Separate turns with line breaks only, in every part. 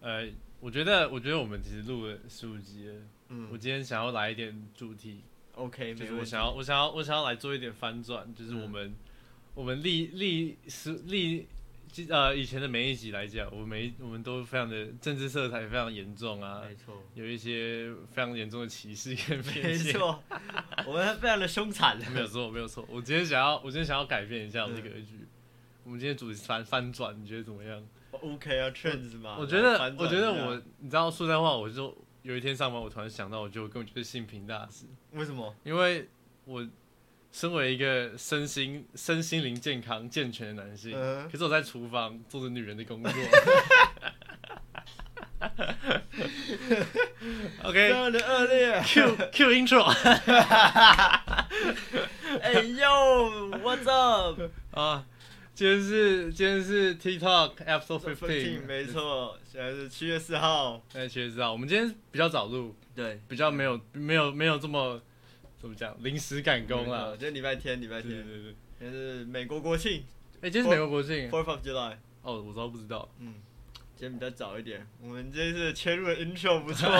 我觉得我们其实录了15集了。我今天想要来一点主题
，OK，
就是我想要来做一点翻转，就是我们以前的每一集来讲，我们都非常的政治色彩非常严重啊，
没错，
有一些非常严重的歧视跟偏见，
没错，我们非常的凶残。
没有错。我今天想要改变一下我的格局。我们今天主题翻转，你觉得怎么样
？OK 啊 ，trends 嘛。
我觉得你知道说实在话，我就有一天上班，我突然想到，我根本就是性平大使。
为什么？
因为我身为一个身心灵健康健全的男性，可是我在厨房做着女人的工作。OK，
非常的恶劣。
Q intro。
哎呦 ，What's up？
啊，今天是 TikTok episode 15，
没错，现在是7月4号。
7月4号，我们今天比较早录，
对，
比较没有这么怎么讲临时赶工啊。
今天礼拜天。对。今天是美国国庆。
今天是美国国庆
4th of July。
哦，我都不知道。
今天比较早一点，我们这次切入的 intro 不错。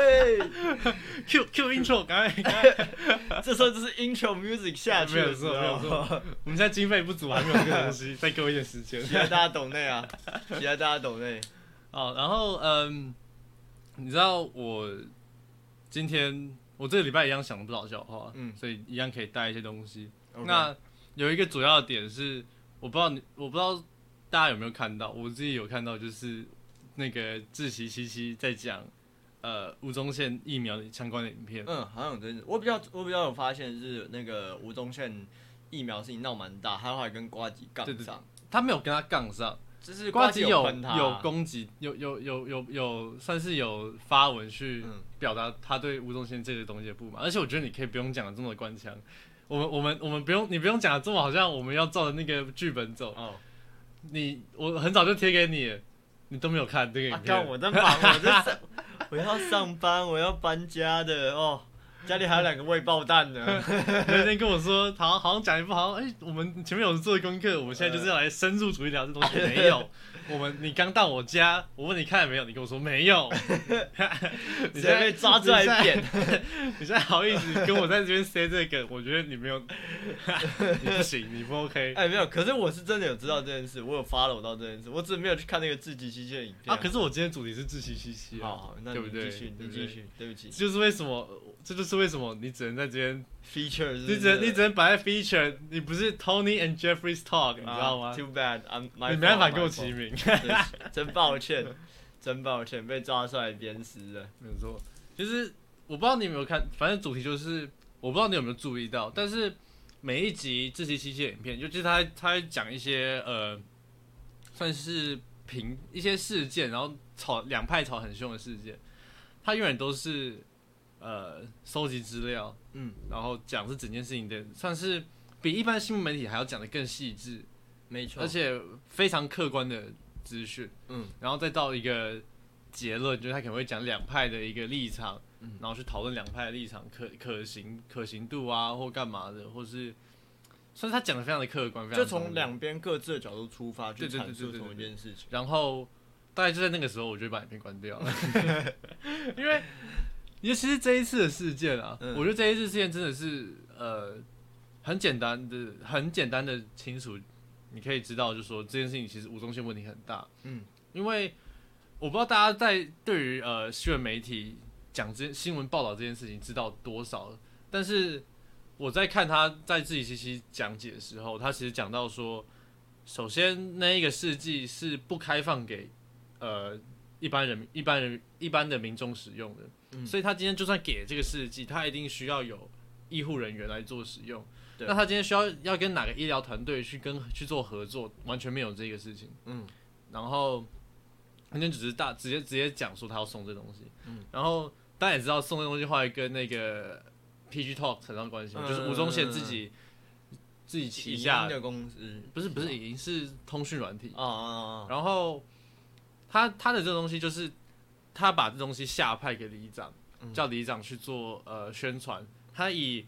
Q intro， 赶快，
这时候就是 intro music 下去的时候。
没有错。我们现在经费不足，还没有这个东西，再给我一点时间。
期待大家懂内啊，期待大家懂内。
哦，然后你知道我这个礼拜一样想了不少笑话，所以一样可以带一些东西。那有一个主要的点是，我不知道大家有没有看到，我自己有看到，就是那个志祺七七在讲吴宗宪疫苗相关的影片。
好像有真的，我比较有发现是那个吴宗宪疫苗事情闹蛮大，他后来跟呱吉杠上。
他没有跟他杠上，
就是
呱吉有
喷他
攻击，有算是有发文去表达他对吴宗宪这个东西的不满，而且我觉得你可以不用讲的这么官腔，我们不用，你不用讲的这么好像我们要照着那个剧本走。我很早就贴给你了，你都没有看这个影片。
我在忙，我要上班，我要搬家的哦，家里还有2个未爆弹呢。
那天跟我说，好像讲一部，好像我们前面有做功课，我们现在就是要来深入处理聊这东西。没有，你刚到我家，我问你看了没有，你跟我说没有。
你现在被抓出来扁，
你现在好意思跟我在这边 say 这个？我觉得你没有，你不行，你不 OK。
没有，可是我是真的有知道这件事，我有 follow 到这件事，我只是没有去看那个志祺七七的影片。
可是我今天主题是志祺七七。
好，那
对不对？
你继续，对不起。
这就是为什么你只能在这边
feature，
你只能摆在 feature， 你不是 Tony and Jeffrey's talk， 你知道吗
？Too bad，
你没办法跟我齐名。
真抱歉，被抓出来鞭尸了。
没有错，其实我不知道你有没有看，反正主题就是我不知道你有没有注意到，但是每一集志祺七七的影片，就是他讲一些算是评一些事件，然后两派吵很凶的事件，他永远都是收集资料，然后讲是整件事情的，算是比一般新闻媒体还要讲的更细致，
没错，
而且非常客观的资讯，然后再到一个结论，就是他可能会讲两派的一个立场，然后去讨论两派的立场可行度啊，或干嘛的，或是算是他讲的非常的客观，
就从两边各自的角度出发去阐述同一件事情。
然后大概就在那个时候，我就把影片关掉了，因为其实这一次的事件啊，我觉得这一次事件真的是很简单的清楚。你可以知道，就是说这件事情其实吴宗宪问题很大，因为我不知道大家对于新闻媒体讲新闻报道这件事情知道多少，但是我在看他在志祺七七讲解的时候，他其实讲到说，首先那一个事迹是不开放给一般的民众使用的，所以他今天就算给这个事迹，他一定需要有医护人员来做使用。那他今天需要跟哪个医疗团队去做合作，完全没有这个事情。然后他今天只是直接讲说他要送这东西。然后大家也知道送这东西后来跟那个 PG Talk 扯上关系，就是吴宗宪自己旗下
的公司，
不是已经是通讯软体。
然
后他的这个东西就是他把这东西下派给里长，叫里长去做宣传。他以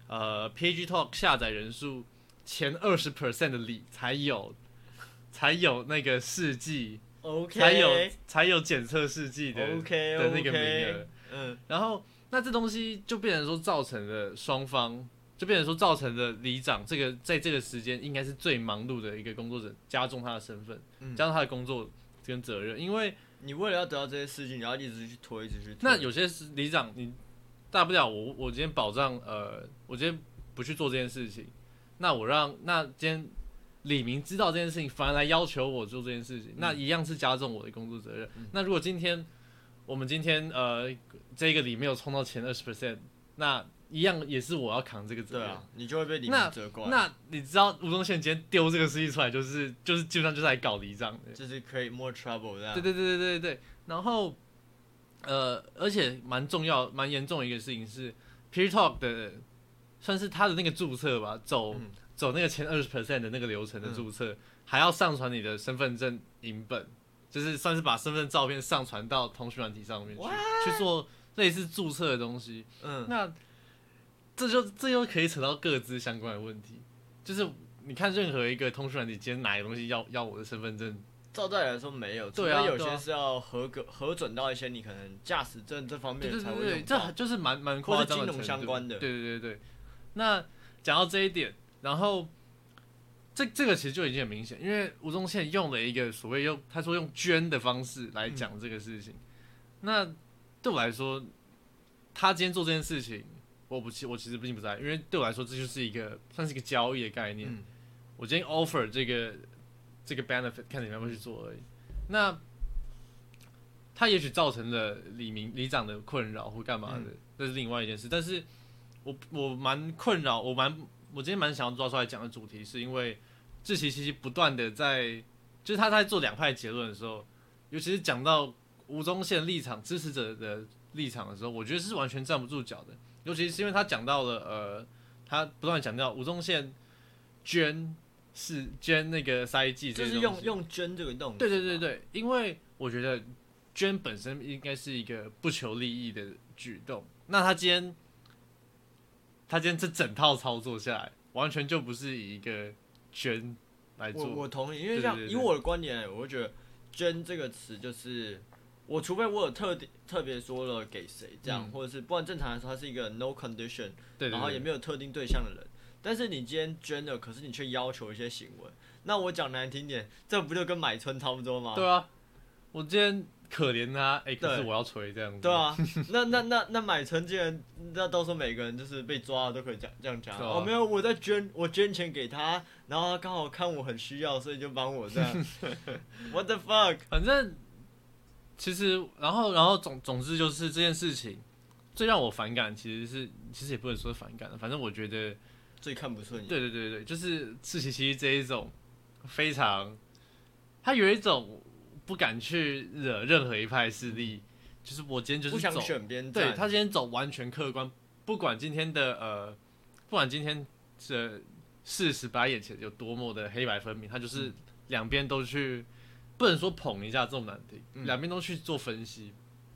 PG Talk 下载人数前20% 的里才有那个事迹
OK，
才有检测试剂的
OK
的那个名额。
然
后那这东西就变成说造成了双方，就变成说造成了里长在这个时间应该是最忙碌的一个工作者，加重他的身份，加重他的工作跟责任，因为
你为了要得到这些事情，你要一直去推，一直去推。
那有些里长，你大不了我今天保障我今天不去做这件事情，那今天李明知道这件事情，反而来要求我做这件事情，那一样是加重我的工作责任。那如果我们今天这个里没有冲到前20%，那一样也是我要扛这个责任。
对啊，你就会被李明责怪。
那你知道吴宗宪今天丢这个事情出来，就是基本上就是来搞里长的，
就是 create more trouble 这样。
对。然后而且蛮重要、蛮严重的一个事情是 ，Peer Talk 的算是他的那个注册吧，走那个前20% 的那个流程的注册，还要上传你的身份证影本，就是算是把身份照片上传到通讯软体上面去做类似注册的东西。那这就可以扯到各自相关的问题，就是你看任何一个通讯软体今天哪个东西要我的身份证，
照道理来说没有，
对啊，
有些是要核准到一些你可能驾驶证这方面才会用
到，这就是蛮夸张的程度，
或是金融相关的。
对。那讲到这一点，然后这个其实就已经很明显，因为吴宗宪用了一个所谓他说用捐的方式来讲这个事情。那对我来说，他今天做这件事情，我其实并不在，因为对我来说这就是算是一个交易的概念。我今天 offer 这个 benefit， 看你们要不要去做而已。那他也许造成了里长的困扰或干嘛的，这是另外一件事。但是我蛮困扰，我今天蛮想要抓出来讲的主题，是因为志祺七七不断的就是他在做两派结论的时候，尤其是讲到吴宗宪立场支持者的立场的时候，我觉得是完全站不住脚的。尤其是因为他讲到了他不断强调吴宗宪捐那个塞剂，
就是用捐这个动作。
对，因为我觉得捐本身应该是一个不求利益的举动，那他今天这整套操作下来，完全就不是以一个捐来做。
我同意，因为以我的观点，我会觉得捐这个词就是除非我有特别说了给谁这样，或者是不然正常来说，它是一个 no condition， 然后也没有特定对象的人。但是你今天捐了，可是你却要求一些行为，那我讲难听点，这不就跟买春差不多吗？
对啊，我今天可怜他，可是我要吹这样子。
对啊，那买春既然那到时候每个人就是被抓了都可以这样讲。没有，我捐钱给他，然后他刚好看我很需要，所以就帮我这样。What the fuck？
反正其实，然后总之就是这件事情最让我反感，其实也不能说反感，反正我觉得。
最看不顺眼。
对，就是志祺七七这一种非常，他有一种不敢去惹任何一派势力，就是我今天就是
不想选边站。
对，他今天走完全客观，不管今天的事实摆在眼前有多么的黑白分明，他就是两边都去，不能说捧一下这么难听，两边都去做分析。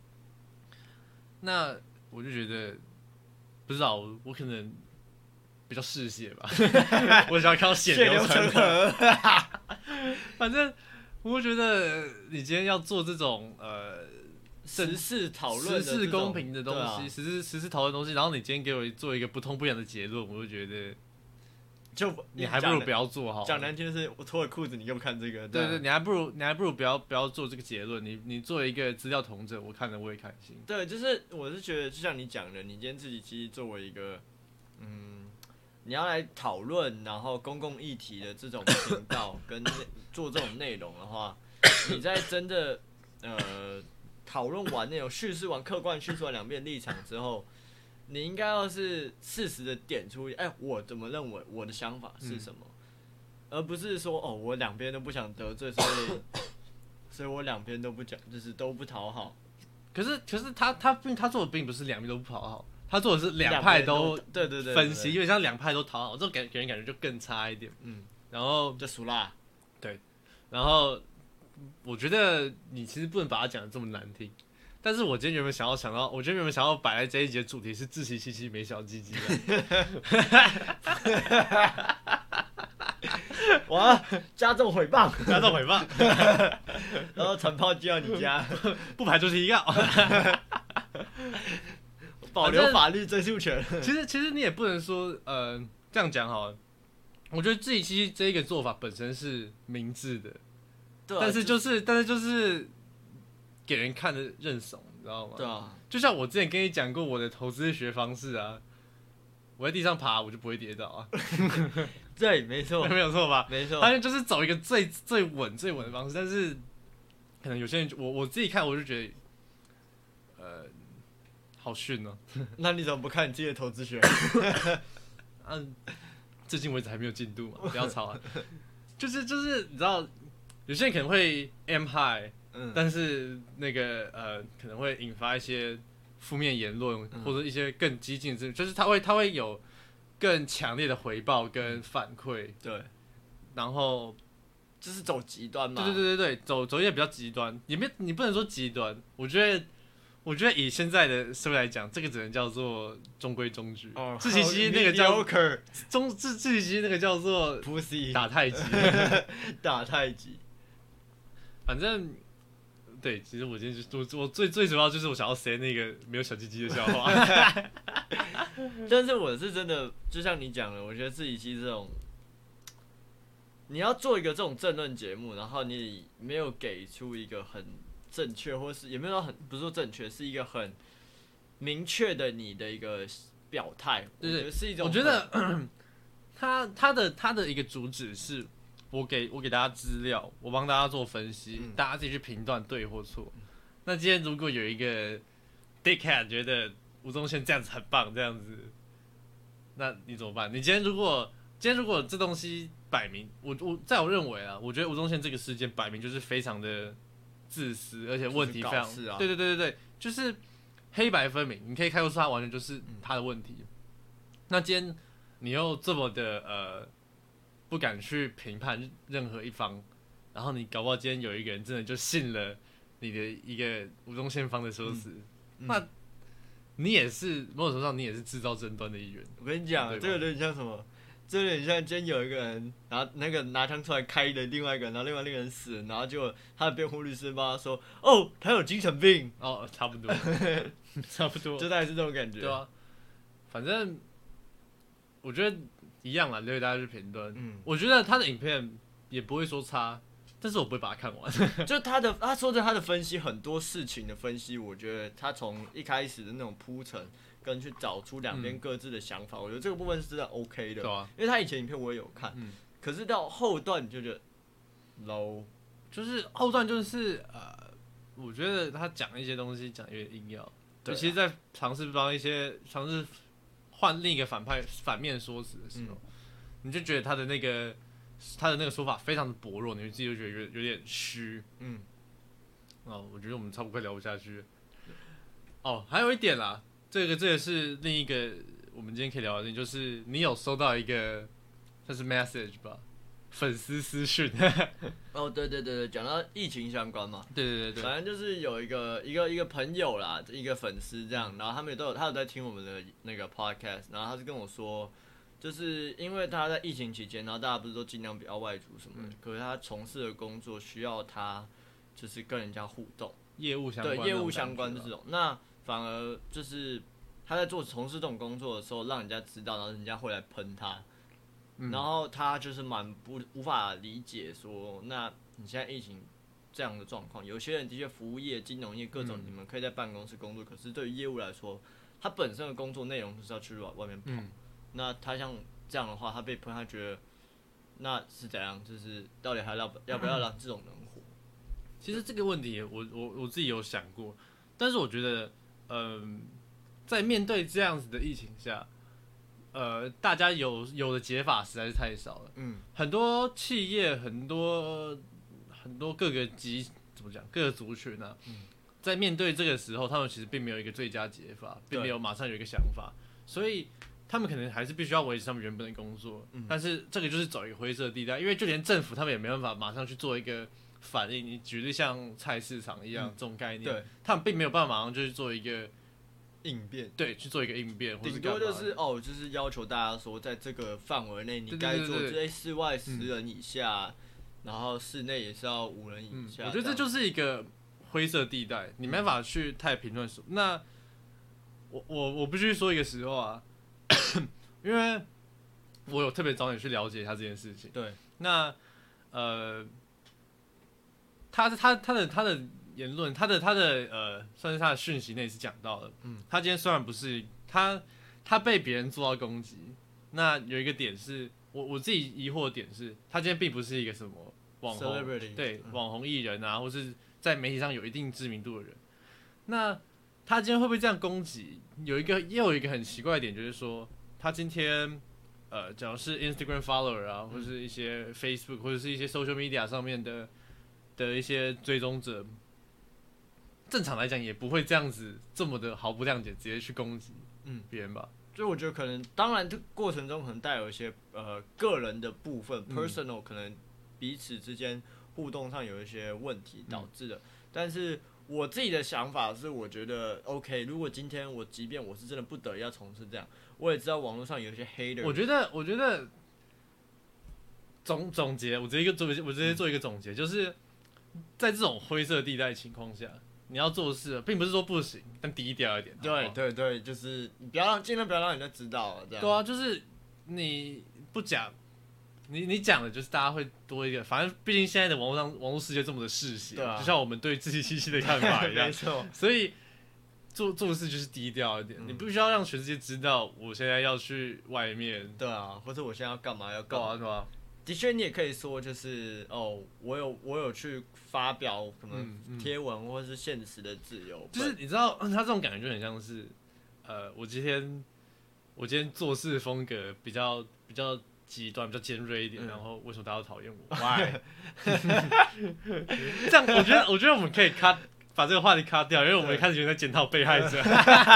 那我就觉得，不知道我可能。比较嗜血吧，我想要看到血流成河。反正我觉得你今天要做这种
时事讨论、
时事公平的东西，时事讨论的东西，然后你今天给我做一个不痛不痒的结论，我就觉得，你还不如不要做好。
讲难听的是，我脱了裤子，你给我看这个。
对，你还不如不要做这个结论。你作为一个资料统整，我看了我也开心。
对，我是觉得，就像你讲的，你今天自己其实作为一个你要来讨论，然后公共议题的这种频道跟做这种内容的话，你在真的讨论完内容、叙事完客观叙述完两边立场之后，你应该要是适时的点出，我怎么认为，我的想法是什么，而不是说我两边都不想得罪，所以我两边都不讲，就是都不讨好。
可是他做的并不是两边都不讨好。他做的是两派都分析，因为像两派都讨好，这种给人感觉就更差一点。然后
就俗辣。
对，然后我觉得你其实不能把它讲的这么难听。但是我今天原本想要摆在这一集的主题是志祺七七没小鸡鸡的。
哇，加重诽谤，
加重诽谤，
然后传炮寄到你家，
不排除提告。
保留法律追诉权。
其实你也不能说这样讲好了。我觉得自己其实这一个做法本身是明智的，
对啊，
但是就是给人看的认怂，你知道吗？
对啊，
就像我之前跟你讲过我的投资学方式啊，我在地上爬我就不会跌倒啊。
对，没错，
没有错吧？
没错，
他们就是走一个最稳的方式，但是可能有些人我自己看我就觉得，好逊哦。
那你怎么不看你自己的投资学？
至今为止还没有进度嘛，不要吵啊。就是你知道，有些人可能会 aim high，但是那个可能会引发一些负面言论，或者一些更激进的，就是他会有更强烈的回报跟反馈，
对，
然后
就是走极端嘛。
对，走一些比较极端，你不能说极端，我觉得以现在的社会来讲，这个只能叫做中规中矩。自习机那个叫自习机那个叫做
pussy
打太极，
打太极。
反正对，其实我今天我最主要就是我想要塞那个没有小鸡鸡的笑话。
但是我是真的，就像你讲的，我觉得自习机这种，你要做一个这种政论节目，然后你没有给出一个很正确，或是也没有不是说正确，是一个很明确的你的一个表态。我觉得是一种，
我觉得他的一个主旨是，我给大家资料，我帮大家做分析，大家自己去评断对或错。那今天如果有一个 dickhead 觉得吴宗宪这样子很棒，这样子，那你怎么办？你今天如果这东西摆明，在我认为啊，我觉得吴宗宪这个事件摆明就是非常的自私，而且问题非常，对，就是黑白分明，你可以看出他完全就是他的问题。那今天你又这么的不敢去评判任何一方，然后你搞不好今天有一个人真的就信了你的一个吴宗宪方的说辞，那你也是某种程度上你也是制造争端的一员。
我跟你讲，这个有点像什么？这有点像今天有一个人，然后那个拿枪出来开了另外一个人，然后另外那个人死了，然后结果他的辩护律师帮他说：“哦，他有精神病。”
哦，差不多，差不多，
就大概是这种感觉。
对啊，反正我觉得一样啦，留给大家去评论。我觉得他的影片也不会说差，但是我不会把它看完。
就他说的他的分析，很多事情的分析，我觉得他从一开始的那种铺陈，跟去找出两边各自的想法，我觉得这个部分是真的 OK 的。
对啊，
因为他以前影片我也有看，可是到后段你就觉得 low，
就是后段就是我觉得他讲一些东西讲有点硬要，尤其是在尝试换另一个反面说辞的时候，你就觉得他的那个说法非常的薄弱，你自己就觉得有点虚。我觉得我们差不多快聊不下去了。还有一点啦，这个是另一个我们今天可以聊的事情，就是你有收到一个算是 message 吧，粉丝私讯。
对，讲到疫情相关嘛，
对，
反正就是有一个朋友啦，一个粉丝这样，然后他有在听我们的那个 podcast， 然后他是跟我说，就是因为他在疫情期间，然后大家不是都尽量不要外出什么的，可是他从事的工作需要他就是跟人家互动，
业务相关
这种，那反而就是他在从事这种工作的时候，让人家知道，然后人家会来喷他。然后他就是无法理解说，那你现在疫情这样的状况，有些人的确服务业、金融业各种，你们可以在办公室工作，可是对于业务来说，他本身的工作内容就是要去外面跑。那他像这样的话，他被喷，他觉得那是怎样？就是到底还要不要让这种人活？
其实这个问题我自己有想过，但是我觉得，在面对这样子的疫情下。大家有的解法实在是太少了。很多企业，很多各个各个族群啊，在面对这个时候，他们其实并没有一个最佳解法，并没有马上有一个想法，所以他们可能还是必须要维持他们原本的工作。但是这个就是走一个灰色地带，因为就连政府他们也没办法马上去做一个反应。你举例像菜市场一样这种概念，他们并没有办法马上就去做一个
应变，
对，去做一个应变，
顶多就是就是要求大家说，在这个范围内，你该做这室外10人以下，然后室内也是要5人以下。
我觉得这就是一个灰色地带，你没办法去太评论。那我必须说一个实话，因为我有特别找你去了解一下这件事情。
对，
那他的言论，他的算是他的讯息内是讲到的。他今天虽然不是他被别人做到攻击，那有一个点是我自己疑惑的点是，他今天并不是一个什么网红，
Celebrity，
对，网红艺人啊，或是在媒体上有一定知名度的人。那他今天会不会这样攻击？也有一个很奇怪的点，就是说他今天假如是 Instagram follower 啊，或是一些 Facebook 或者是一些 social media 上面的一些追踪者，正常来讲也不会这样子这么的毫不谅解，直接去攻击别人吧。
所以我觉得可能，当然这过程中可能带有一些个人的部分、personal， 可能彼此之间互动上有一些问题导致的。但是我自己的想法是，我觉得 OK， 如果今天即便我是真的不得已要从事这样，我也知道网络上有一些 hater。
我觉得总结，我直接做一个总结，就是在这种灰色地带情况下，你要做事，并不是说不行，但低调一点。
对，就是你尽量不要让人家知道这样。
对啊，就是你不讲，你讲的就是大家会多一个，反正毕竟现在的网络世界这么的嗜血，就像我们对自己信息的看法一样。
没错，
所以做事就是低调一点，你不需要让全世界知道我现在要去外面。
对啊，或者我现在要干嘛要干嘛，
对吧？
的确，你也可以说就是我有去发表可能贴文或是现实的自由，
就是你知道，他这种感觉就很像是，我今天做事风格比较极端，比较尖锐一点，然后为什么大家都讨厌我 ？Why？ 这样我觉得我们可以把这个话题 cut 掉，因为我们开始有在检讨被害者。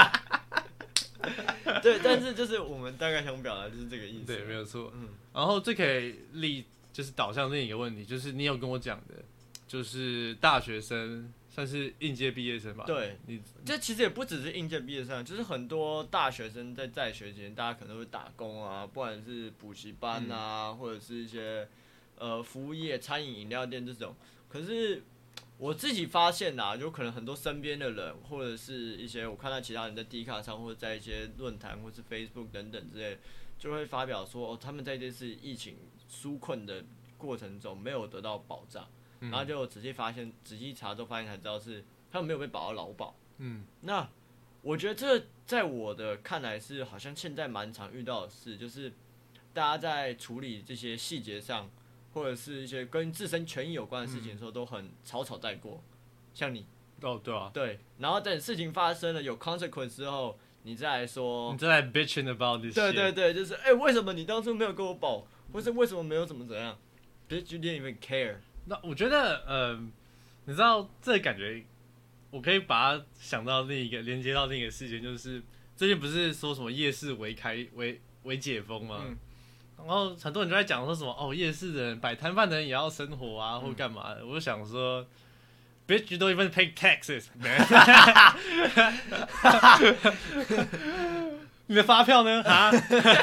对，但是就是我们大概想表达就是这个意思。
对，没有错。然后这可以就是导向另一个问题，就是你有跟我讲的，就是大学生算是应届毕业生吧？
对，这其实也不只是应届毕业生，就是很多大学生在学期间，大家可能会打工啊，不管是补习班啊，或者是一些服务业、餐饮、饮料店这种。可是我自己发现啦，有可能很多身边的人，或者是一些我看到其他人在 Dcard 上，或者在一些论坛，或是 Facebook 等等之类，就会发表说，他们在这次疫情纾困的过程中没有得到保障，然后就仔细查之后发现才知道是他们没有被保到劳保。那我觉得这在我的看来是好像现在蛮常遇到的事，就是大家在处理这些细节上，或者是一些跟自身权益有关的事情的时候，都很草草带过。像你，
对啊，
对，然后等事情发生了有 consequence 之后，你再来说，
你再来 bitching about this。
对，就是为什么你当初没有跟我保，或是为什么没有怎样 ？Bitch, you didn't even care。
那我觉得，你知道这个感觉，我可以把它想到连接到另一个事件，就是最近不是说什么夜市为解封吗？然后很多人就在讲说什么夜市的人摆摊贩的人也要生活啊，或干嘛的。我就想说 ，Bitch, you don't even pay taxes, man 。你的发票呢？哈？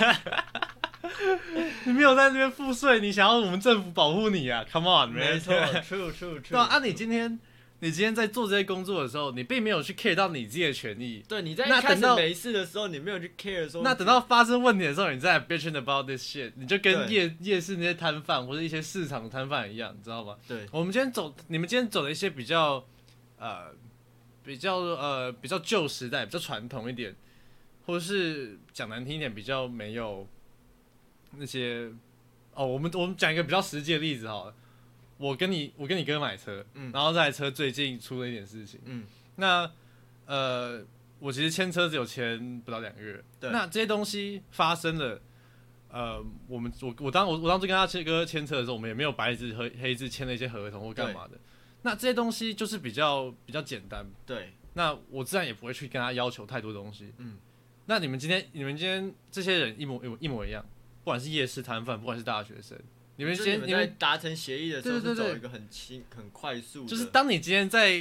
你没有在这边付税，你想要我们政府保护你啊 ？Come on，
没错 ，true。
对啊，你今天在做这些工作的时候，你并没有去 care 到你自己的权益。
对，你在一开始没事的时候，你没有去 care 说。
那等到发生问题的时候，你再 bitching about this shit， 你就跟夜市那些摊贩或者一些市场摊贩一样，你知道吗？
对。
你们今天走的一些比较旧时代、比较传统一点，或者是讲难听一点，比较没有那些我们讲一个比较实际的例子好了。我跟你哥买车，然后这台车最近出了一点事情，那我其实签车只有签不到2个月，那这些东西发生了，我当初跟他哥签车的时候，我们也没有白纸黑字签了一些合同或干嘛的，那这些东西就是比较简单，
对，
那我自然也不会去跟他要求太多东西，那你们今天这些人一模一样，不管是夜市摊贩，不管是大学生。你们
在达成协议的时候，是走一个很快速的，
就是当你今天在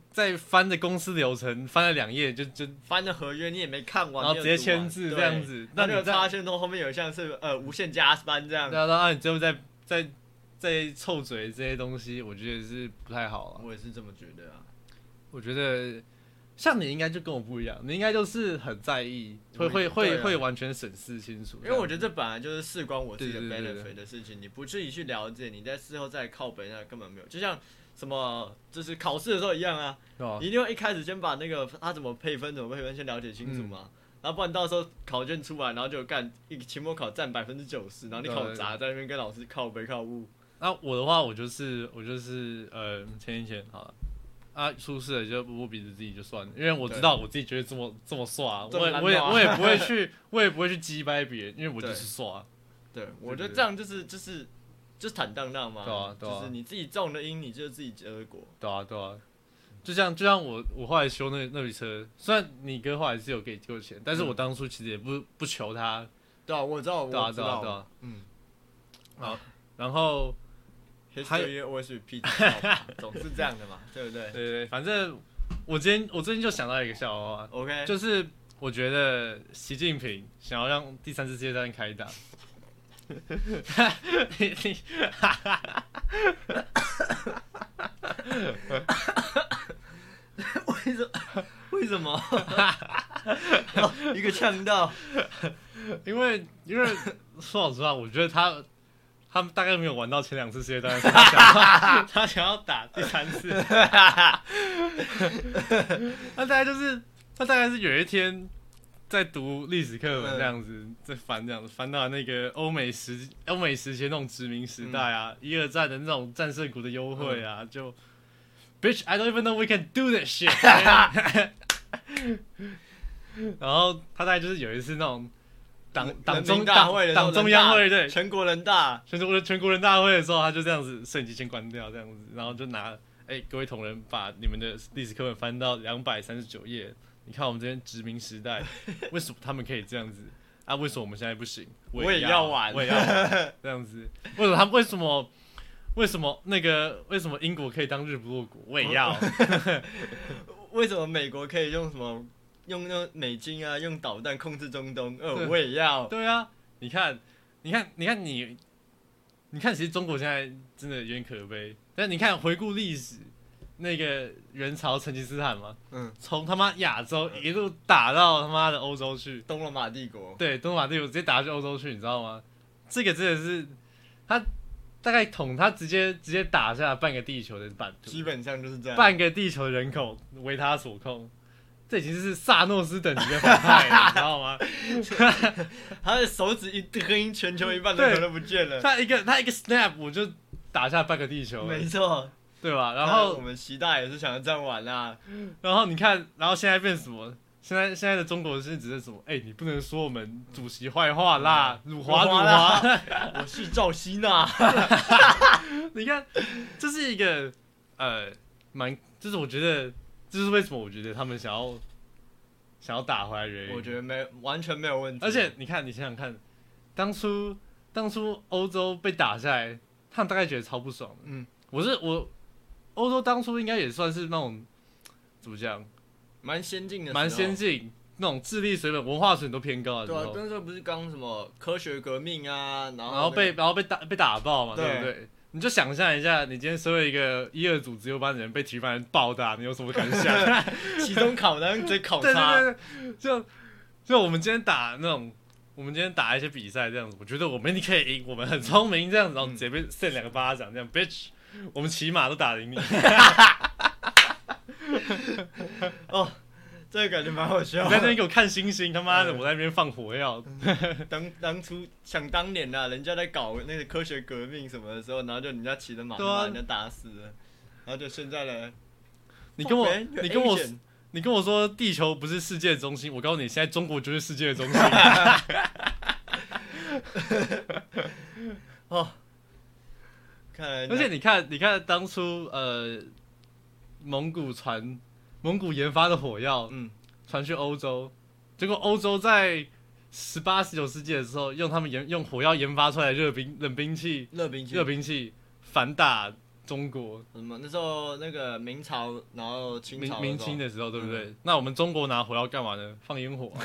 在翻的公司流程，翻了2页就
翻的合约你也没看完，
然后直接签字这样子，
那你发现后面有像是无限加班这样，
对啊，然后你最后再臭嘴这些东西，我觉得是不太好啊。
我也是这么觉得啊。
我觉得像你应该就跟我不一样，你应该就是很在意，会完全审视清楚。
因为我觉得这本来就是事关我自己的 benefit 的事情，你不自己去了解，你在事后再靠北那根本没有。就像什么就是考试的时候一样啊，你一定要一开始先把那个他怎么配分先了解清楚嘛。然后不然到时候考卷出来，然后就一个期末考占90%，然后你考砸在那边跟老师靠北靠物。
那我的话，我就是前一天好了。出事了就摸鼻子自己就算了，因为我知道我自己觉得这么耍，我也不会去击败别人，因为我就是耍。
对，我觉得这样就是坦荡荡嘛，
对啊，
就是你自己种的因，你就是自己结的果。
对啊，就像我后来修那笔车，虽然你哥后来是有给我钱，但是我当初其实也不求他。
对啊，我知道，
对啊，好，然后。
History always repeats， 总是这样的嘛，对不对？
对，反正我最近就想到一个笑话
，OK，
就是我觉得习近平想要让第3次世界大战开打，
为什么？一个呛到，
因为说老实话，我觉得他们大概没有玩到前2次世界大战，他想要打第3次。他大概是有一天在读历史课本这样子，在翻这样子，翻到那个欧美时期那种殖民时代啊，1、2战的那种战胜国的优惠啊，就 ，Bitch I don't even know we can do that shit 。然后他大概就是有一次那种。党中央会对
全国人大
会的时候，他就这样子摄影机先关掉这样子，然后就拿各位同仁把你们的历史课本翻到239页，你看我们这边殖民时代，为什么他们可以这样子啊？为什么我们现在不行？
我也要玩
这样子，为什么英国可以当日不落国？我也要。
为什么美国可以用什么？用美金啊，用导弹控制中东，我也要。
对啊，你看，其实中国现在真的有点可悲。但你看，回顾历史，那个元朝成吉思汗嘛，从他妈亚洲一路打到他妈的欧洲去，
东罗马帝国。
对，东罗马帝国直接打去欧洲去，你知道吗？这个真的是他大概他直接打下半个地球的版图，
基本上就是这样，
半个地球的人口为他所控。这已经是萨诺斯等级的反派了，你知道吗？
他的手指一推，全球一半人口都不见了。
他一个 snap， 我就打下半个地球。
没错，
对吧？然后
我们习大也是想要这样玩啦。
然后你看，然后现在变什么？现在的中国是指的什么？你不能说我们主席坏话啦，辱华。
我是赵熙娜。
你看，这是一个就是我觉得。这是为什么？我觉得他们想要打回来的原因。
我觉得完全没有问题。
而且你想想看，当初欧洲被打下来，他们大概觉得超不爽的。欧洲当初应该也算是那种怎么讲，
蛮先进的，
那种智力水准、文化水准都偏高的时候。
对啊，那时候不是刚什么科学革命啊，然后
被打爆嘛，对不对？你就想象一下，你今天身为一个1、2组自由班的人被体育班人暴打，你有什么感想？
期中考然后直接考差。
对，就我们今天打一些比赛这样子，我觉得我们一定可以赢，我们很聪明这样子，然后直接被扇2个巴掌这样 ，bitch， 我们起码都打赢你。
哦。这个感觉蛮好笑的。
你在那边给我看星星，他妈的，我在那边放火药。
当初想当年啊，人家在搞那个科学革命什么的时候，然后就人家骑着马就把人家打死了，然后就现在呢，
你跟我说地球不是世界的中心，我告诉你，现在中国就是世界的中心。
哦，而
且你看当初蒙古研发的火药，传去欧洲，结果欧洲在18、19世纪的时候，用火药研发出来的冷兵器反打中国
什么？那时候那个明朝，然后清朝
明清的时候，对不对？那我们中国拿回要干嘛呢？放烟火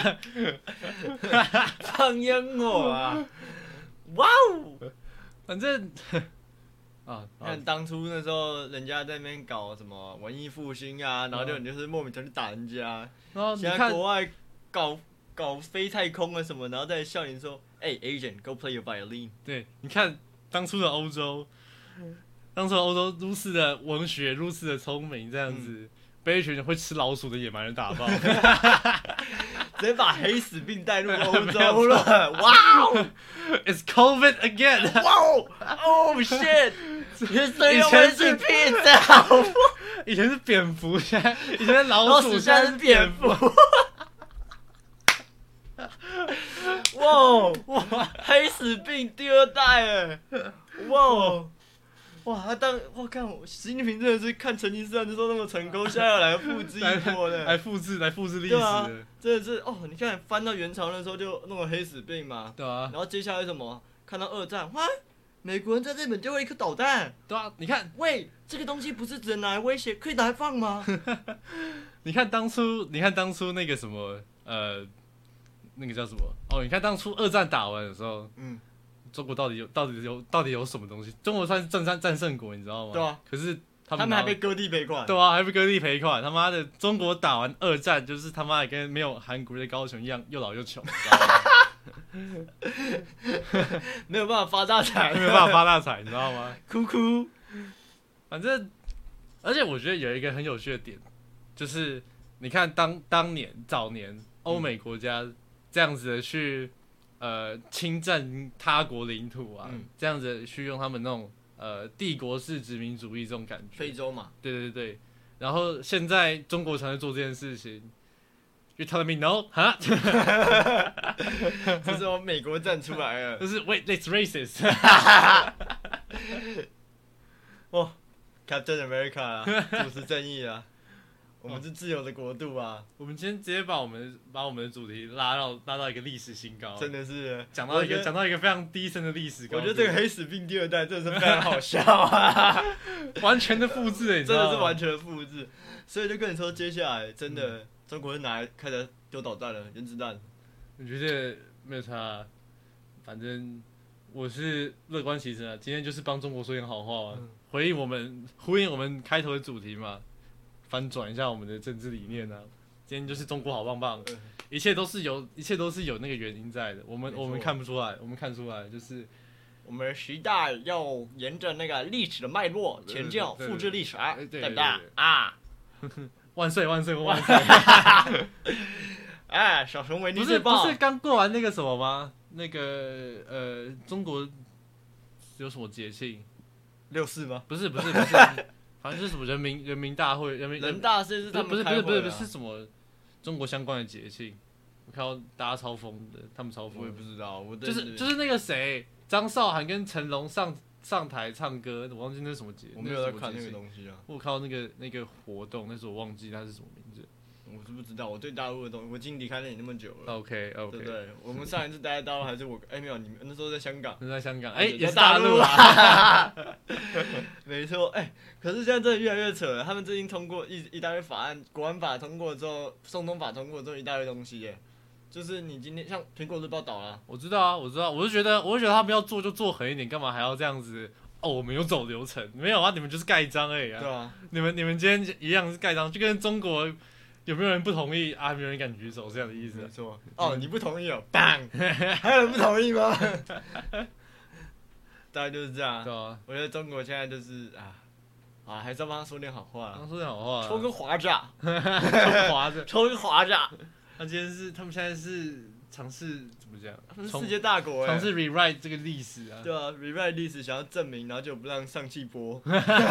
放烟火啊！哇哦！
反正
看当初那时候人家在那边搞什么文艺复兴啊，然后你就是莫名其妙去打人家。
然后你
现在国外搞飞太空啊什么，然后再笑你说，Agent go play your violin。
对，你看当初的欧洲，如此的文学，如此的聪明，这样子，被一群会吃老鼠的野蛮人打爆，
直接把黑死病带入欧洲了。哇哦
，It's COVID again！
哇哦，Oh shit！ 以前是屁子，
以前是蝙蝠，以前是老鼠，
现在是蝙蝠。哇，黑死病第2代哎！哇，我看习近平真的是看成吉思汗就说那么成功，现在要来复制一波的，
来复制历史
对啊，真的是哦！你看翻到元朝那时候就弄了黑死病嘛，
对啊，
然后接下来什么？看到2战，哇，美国人在日本丢了一颗导弹，
对啊，你看，
喂，这个东西不是只能拿来威胁，可以拿来放吗？
你看当初那个什么那个叫什么？哦，你看当初2战打完的时候，中国到底有什么东西？中国算是战胜国，你知道吗？
对啊。
可是他
们还被割地赔款。
对啊，还被割地赔款。他妈的，中国打完2战，就是他妈的跟没有韩国的高雄一样，又老又穷，
没有办法发大财，
没有办法发大财，你知道吗？
哭哭。
反正，而且我觉得有一个很有趣的点，就是你看早年欧美国家这样子的去侵占他国领土啊，这样子去用他们那种帝国式殖民主义这种感觉。
非洲嘛。
对。然后现在中国常在做这件事情。You telling me no？ 哈？
这是我美国站出来了。
就是 Wait, that's racist
哦 ，Captain America 啊，主持正义啊，我们是自由的国度啊。
我们今天直接把我们的主题拉到一个历史新高，
真的是
讲到一个非常低深的历史高。
我觉得这个黑死病第2代真的是非常好笑啊，
完全的复制，你知道吗？
真的是完全的复制。所以就跟你说，接下来真的。中国人开始丢导弹了，原子弹。
我觉得没有差，反正我是乐观其成啊。今天就是帮中国说点好话嘛，呼应我们开头的主题嘛，翻转一下我们的政治理念啊。今天就是中国好棒棒，一切都是有那个原因在的。我们看不出来，我们看出来就是
我们时代要沿着那个历史的脉络前进，复制历史，对不对啊？
万岁！
哎，小熊维尼最棒！
不是刚过完那个什么吗？那个中国有什么节庆
？64吗？
不是，反正是什么人民大会，
人大是他们
不是什么中国相关的节庆。我看到大家超疯的，他们超疯。
我也不知道，
就是那个谁，张韶涵跟成龙上台唱歌，我忘记那是什么节，
我没有在看那个东西啊。
我看到那个活动，但是我忘记它是什么名字。
我是不知道，我对大陆的东西，我已经离开了你那么久了。
OK，
对不对？我们上一次待在大陆还是我？没有，你们那时候在香港。
在香港，
也
是大陆啊。
没错，可是现在真的越来越扯了。他们最近通过一大堆法案，国安法通过之后，送中法通过之后，一大堆东西耶。就是你今天像苹果日报倒了，
我知道啊，我就觉得他们要做就做狠一点，干嘛还要这样子？哦，我们有走流程，没有啊，你们就是盖章而已啊。
对啊，
你们今天一样是盖章，就跟中国有没有人不同意啊？没有人敢举手，这样的意思。
没错。哦，你不同意哦，bang， 还有人不同意吗？大概就是这样。
对啊，
我觉得中国现在就是还是要帮他说点好话。
说点好话。
抽个华炸，抽个华炸。
他们现在是尝试怎么讲？
他们是世界大国，
尝试 rewrite 这个历史啊。
对啊 ，rewrite 历史想要证明，然后就不让上汽播。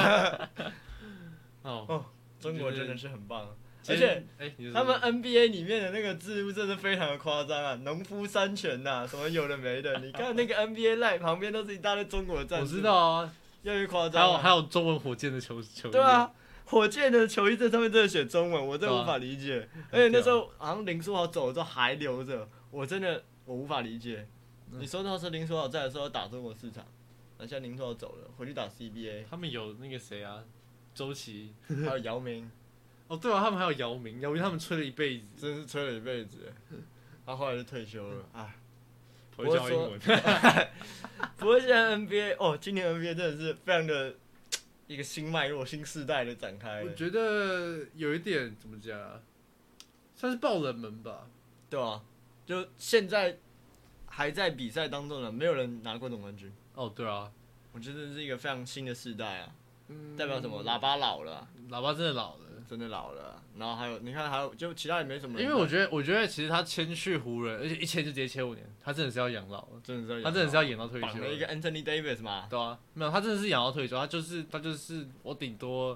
中国真的是很棒，而且他们 NBA 里面的那个字幕真的非常的夸张啊，农夫山泉呐，什么有的没的。你看那个 NBA Live 旁边都是一大堆中国的战术。
我知道啊，
越来越夸张。
还有中文火箭的球衣。
对啊。火箭的球衣在上面真的写中文，我真的无法理解。而且那时候好像林书豪走了之后还留着，我无法理解。你说到是林书豪在的时候打中国市场， 那现在林书豪走了，回去打 CBA。
他们有那个谁啊，周琦，
还有姚明。
哦对啊，他们还有姚明他们吹了一辈子，
真是吹了一辈子。他后来就退休了，哎。
不会教英文。
不过现在 NBA 哦，今年 NBA 真的是非常的一个新脉络、新世代的展开。
我觉得有一点怎么讲啊，算是爆冷门吧。
对啊，就现在还在比赛当中的，没有人拿过总冠军。
哦，对啊，
我觉得这是一个非常新的世代啊。代表什么？喇叭老了、
喇叭真的老了，
真的老了。然后还有，你看还有，就其他也没什么人。
因为我觉得其实他签去湖人，而且一签就直接签5年，他真的是要养老了，
真的是
他真的是要演到退休。
绑了一个 Anthony Davis 嘛。
对啊，没有，他真的是养到退休，他就是我顶多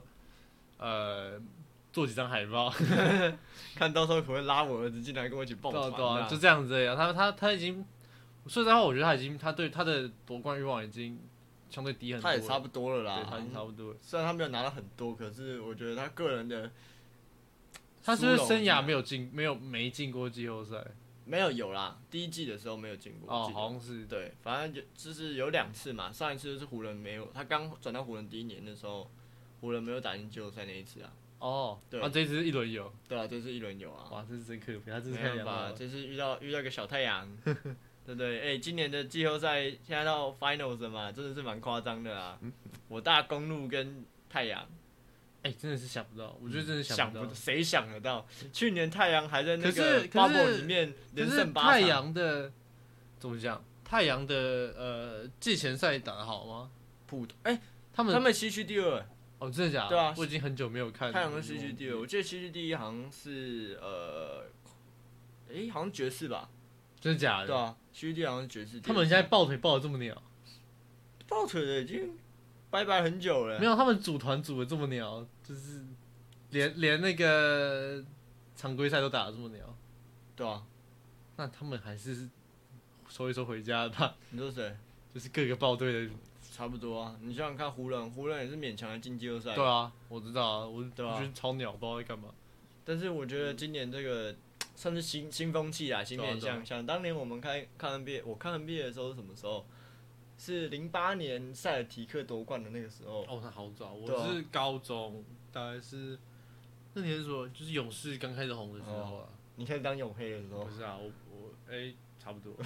做几张海报，
看到时候可不可以拉我儿子进来跟我一起抱团。
对啊，就这样子啊。他已经，说实在话，我觉得他对他的夺冠欲望已经相对低很多了。
他也差不多了啦，
对，他已经差不多了。
虽然他没有拿到很多，可是我觉得他个人的，
他是不是生涯没进过季后赛？
有啦，第一季的时候没有进过。
哦，好像是。
对，反正就是有2次嘛，上一次就是湖人没有，他刚转到湖人第1年的时候，湖人没有打进季后赛那一次啊。
哦，
对，
这一次是1轮有。
对啊，这次1轮有啊。
哇，这是真可悲，他这是
没办法，这次遇到一个小太阳，对不对？今年的季后赛现在到 Finals 了嘛，真的是蛮夸张的啊。我大公鹿跟太阳，
真的是想不到，我觉得真的想不到，
谁想得到？去年太阳还在那
个
bubble 里面连胜8场。
太阳的怎么讲？太阳的季前赛打得好吗？他们
西区第2。
哦，真的假的？
对啊，
我已经很久没有看
太阳跟西区第2，我记得西区第1好像是好像爵士吧？
真的假的？
对啊，西区第2好像是爵士。
他们现在抱腿抱得这么鸟？
抱腿的已经拜拜很久了。
没有，他们组团组的这么鸟，就是连那个常规赛都打得这么鸟。
对啊，
那他们还是收一收回家吧。
你说谁？
就是各个报队的。
差不多啊，你想想看，湖人也是勉强的进季后赛。
对啊，我知道啊，我觉得超鸟，不知道在干嘛。
但是我觉得今年这个算是新风气啊，新面向。想当年我们看 NBA， 我看 NBA 的时候是什么时候？是08年塞尔提克夺冠的那个时候。
哦，那好早，我是高中，大概是那年是说就是勇士刚开始红的时候啊。
你开始当永黑的时候？
不是啊，我差不多。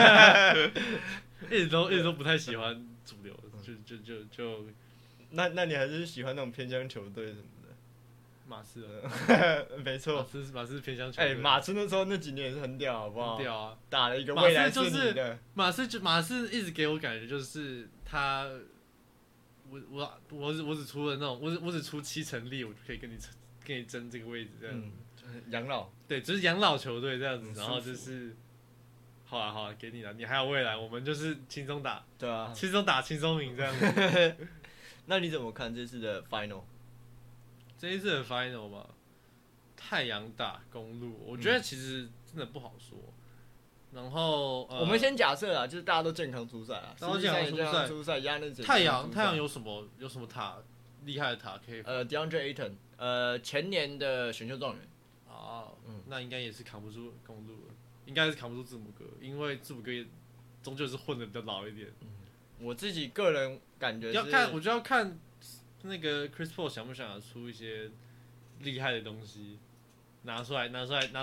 一直都不太喜欢主流，就。
那你还是喜欢那种偏乡球队什么的？
马刺
没错，
马刺偏乡球队。
马刺那时候那几年也是很屌，好不好？
很屌啊！
打了一个未来是你的。
马刺一直给我感觉就是他，我只出了那种，我只出7成力，我就可以跟你争这个位置这样子。
养老。对，
只是养老球队这样子，然后就是。好啊，给你了，你还有未来，我们就是轻松打，
对啊，
轻松打轻松赢这样子。
那你怎么看这次的 final？
这一次的 final 嘛，太阳打公鹿，我觉得其实真的不好说。然后
我们先假设啊，就是大家都健康出赛啊，
大家健康
出赛，压那
太阳有什么塔厉害的塔可以
？DeAndre Ayton，前年的选秀状元。
那应该也是扛不住公鹿了。应该是扛不住字母哥，因为字母哥终究是混的比较老一点。
我自己个人感觉
我就要看那个 Chris Paul 想不想出一些厉害的东西，拿出来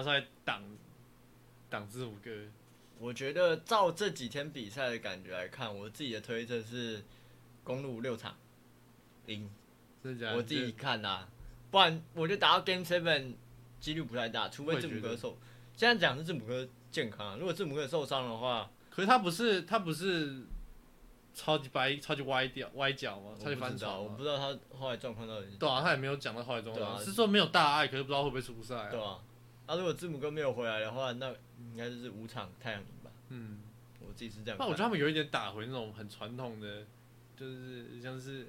挡字母哥。
我觉得照这几天比赛的感觉来看，我自己的推测是公鹿6场赢。我自己看啊，不然我就打到 Game 7几率不太大，除非字母哥受。现在讲是字母哥健康啊，如果字母哥受伤的话，
可是他不是超级歪脚吗？超级翻船吗？
我不知道他后来状况到底是。
对啊，他也没有讲到后来状况，是说没有大碍，可是不知道会不会出赛啊。
对啊，如果字母哥没有回来的话，那应该就是5场太阳赢吧。我自己是这样看。
但我觉得他们有一点打回那种很传统的，就是像是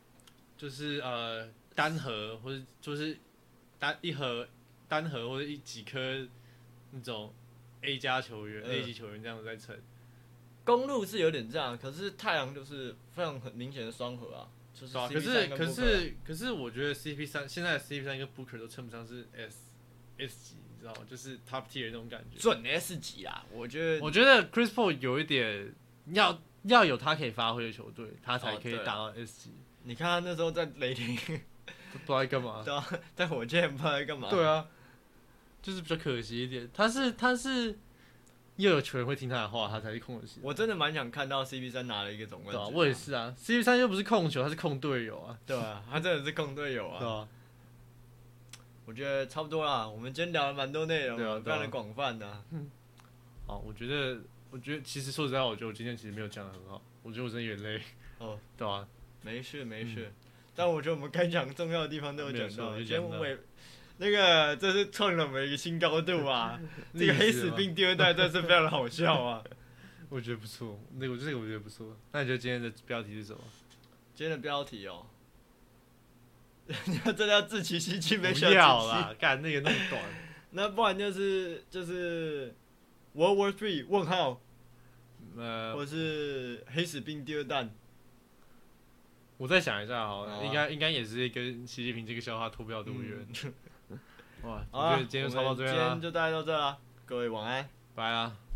单核或者就是一盒单核或者几颗那种 A 加球员、A 级球员这样子在撑。
公鹿是有点这样，可是太阳就是非常很明显的双核啊，就是 CP3 跟 Booker。
可是我觉得 CP3 现在的 CP3 跟 Booker 都称不上是 S 级，你知道吗？就是 Top Tier 那种感觉。
准 S 级啦，我觉得
Chris Paul 有一点要有他可以发挥的球队，他才可以打到 S 级。
你看他那时候在雷霆，
不知道在干嘛。
对啊，在火箭不知道在干嘛。
对啊，就是比较可惜一点。他是又有球员会听他的话，他才是控得起。
我真的蛮想看到 CP3 拿了一个总冠军。
对啊，我也是啊。CP3 又不是控球，他是控队友啊。
对啊，他真的是控队友啊。
对啊。
我觉得差不多啦，我们今天聊了蛮多内容，非常的广泛的。
好，我觉得其实说实在话，我觉得我今天其实没有讲的很好，我觉得我真的有点累。哦，对啊，
没事。但我觉得我们该讲重要的地方都有讲到。今天那个这是创了我们一个新高度啊！这个黑死病第2代真是非常的好笑啊！
我觉得不错，这个我觉得不错。那你觉得今天的标题是什么？
今天的标题哦。你要真的要自欺欺欺，没
不要啦，干那个那么短。
那不然就是World War III 问号，或是黑死病第2弹。
我再想一下好了，应该也是跟习近平这个笑话脱不了多远。哇，我觉得今天就抄到这边啦。
今天就大概到这啦，各位晚安，
拜啦。